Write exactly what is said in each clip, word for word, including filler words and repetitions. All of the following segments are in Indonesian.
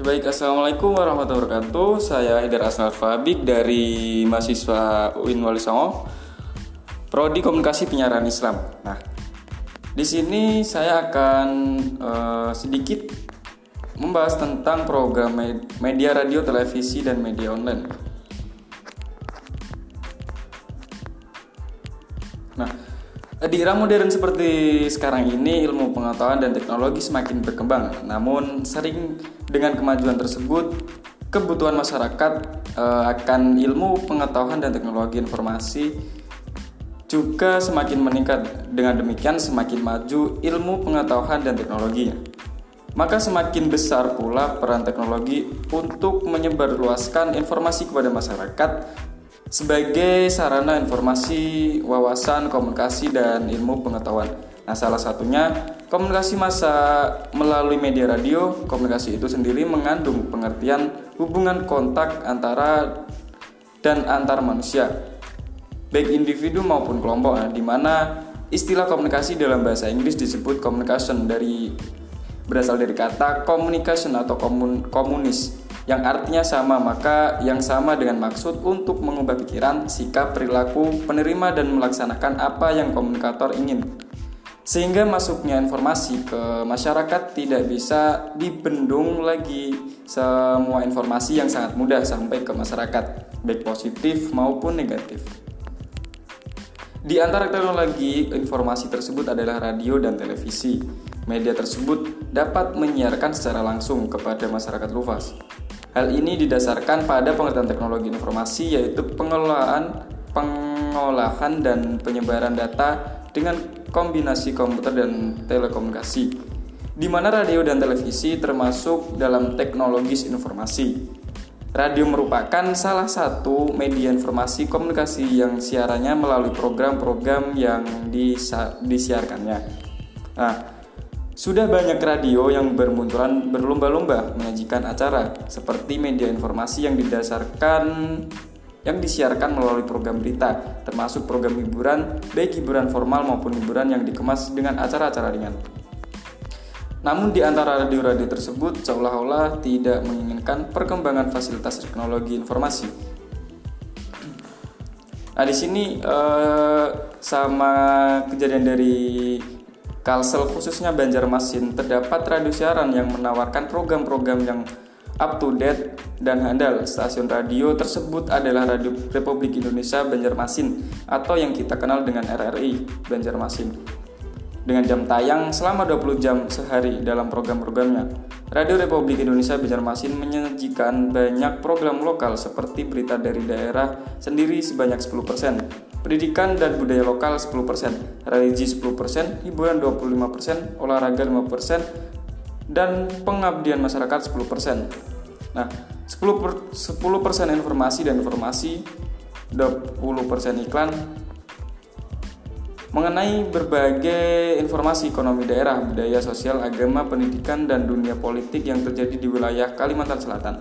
Baik, Assalamualaikum warahmatullahi wabarakatuh. Saya Haidar Asnal Fabik dari mahasiswa U I N Wali Songo, Prodi Komunikasi Penyiaran Islam. Nah, di sini saya akan uh, sedikit membahas tentang program media radio, televisi, dan media online. Nah, di era modern seperti sekarang ini, ilmu pengetahuan dan teknologi semakin berkembang. Namun, sering dengan kemajuan tersebut, kebutuhan masyarakat uh, akan ilmu pengetahuan dan teknologi informasi juga semakin meningkat. Dengan demikian, semakin maju ilmu pengetahuan dan teknologinya, maka semakin besar pula peran teknologi untuk menyebarluaskan informasi kepada masyarakat sebagai sarana informasi, wawasan, komunikasi, dan ilmu pengetahuan. Nah, salah satunya komunikasi massa melalui media radio. Komunikasi itu sendiri mengandung pengertian hubungan kontak antara dan antar manusia, baik individu maupun kelompok. Nah, di mana istilah komunikasi dalam bahasa Inggris disebut communication, dari berasal dari kata communication atau komun, komunis yang artinya sama, maka yang sama dengan maksud untuk mengubah pikiran, sikap, perilaku penerima dan melaksanakan apa yang komunikator ingin, sehingga masuknya informasi ke masyarakat tidak bisa dibendung lagi. Semua informasi yang sangat mudah sampai ke masyarakat, baik positif maupun negatif. Di antara teknologi informasi tersebut adalah radio dan televisi. Media tersebut dapat menyiarkan secara langsung kepada masyarakat luas. Hal ini didasarkan pada pengertian teknologi informasi, yaitu pengelolaan, pengolahan dan penyebaran data dengan kombinasi komputer dan telekomunikasi, di mana radio dan televisi termasuk dalam teknologi informasi. Radio merupakan salah satu media informasi komunikasi yang siarannya melalui program-program yang disa- disiarkannya. Nah, sudah banyak radio yang bermunculan berlomba-lomba menyajikan acara seperti media informasi yang didasarkan yang disiarkan melalui program berita, termasuk program hiburan, baik hiburan formal maupun hiburan yang dikemas dengan acara-acara ringan. Namun di antara radio-radio tersebut seolah-olah tidak menginginkan perkembangan fasilitas teknologi informasi. Nah, di sini eh, sama kejadian dari Kalsel khususnya Banjarmasin, terdapat radio siaran yang menawarkan program-program yang up to date dan handal. Stasiun radio tersebut adalah Radio Republik Indonesia Banjarmasin atau yang kita kenal dengan R R I Banjarmasin, dengan jam tayang selama dua puluh jam sehari dalam program-programnya. Radio Republik Indonesia Banjarmasin menyajikan banyak program lokal seperti berita dari daerah sendiri sebanyak sepuluh persen, pendidikan dan budaya lokal sepuluh persen, religi sepuluh persen, hiburan dua puluh lima persen, olahraga lima persen, dan pengabdian masyarakat sepuluh persen. Nah, sepuluh persen informasi dan informasi, dua puluh persen iklan mengenai berbagai informasi ekonomi daerah, budaya, sosial, agama, pendidikan, dan dunia politik yang terjadi di wilayah Kalimantan Selatan.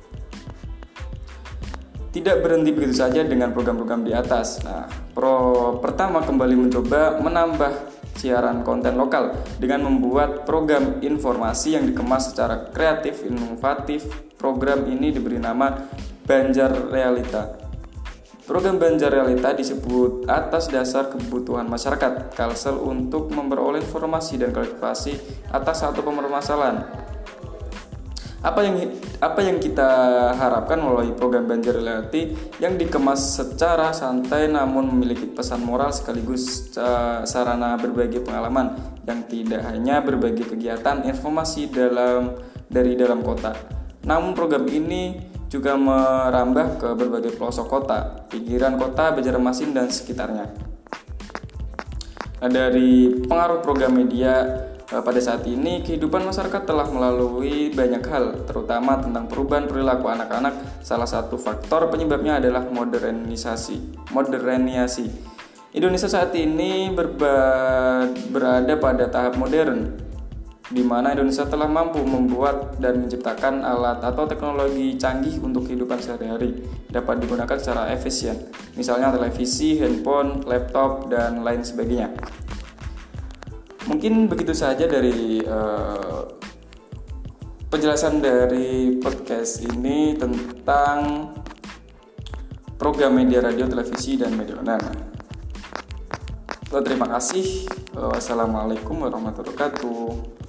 Tidak berhenti begitu saja dengan program-program di atas. Nah, pro pertama kembali mencoba menambah siaran konten lokal dengan membuat program informasi yang dikemas secara kreatif, inovatif. Program ini diberi nama Banjar Realita. Program Banjar Realita disebut atas dasar kebutuhan masyarakat Kalsel untuk memperoleh informasi dan klarifikasi atas satu permasalahan. Apa yang apa yang kita harapkan melalui program Banjar Reality yang dikemas secara santai namun memiliki pesan moral sekaligus uh, sarana berbagi pengalaman yang tidak hanya berbagi kegiatan informasi dalam dari dalam kota. Namun program ini juga merambah ke berbagai pelosok kota, pinggiran kota Banjarmasin dan sekitarnya. Nah, dari pengaruh program media pada saat ini, kehidupan masyarakat telah melalui banyak hal, terutama tentang perubahan perilaku anak-anak. Salah satu faktor penyebabnya adalah modernisasi. Modernisasi. Indonesia saat ini berba- berada pada tahap modern, di mana Indonesia telah mampu membuat dan menciptakan alat atau teknologi canggih untuk kehidupan sehari-hari dapat digunakan secara efisien, misalnya televisi, handphone, laptop, dan lain sebagainya. Mungkin begitu saja dari uh, penjelasan dari podcast ini tentang program media radio, televisi, dan media online. Terima kasih. Wassalamualaikum warahmatullahi wabarakatuh.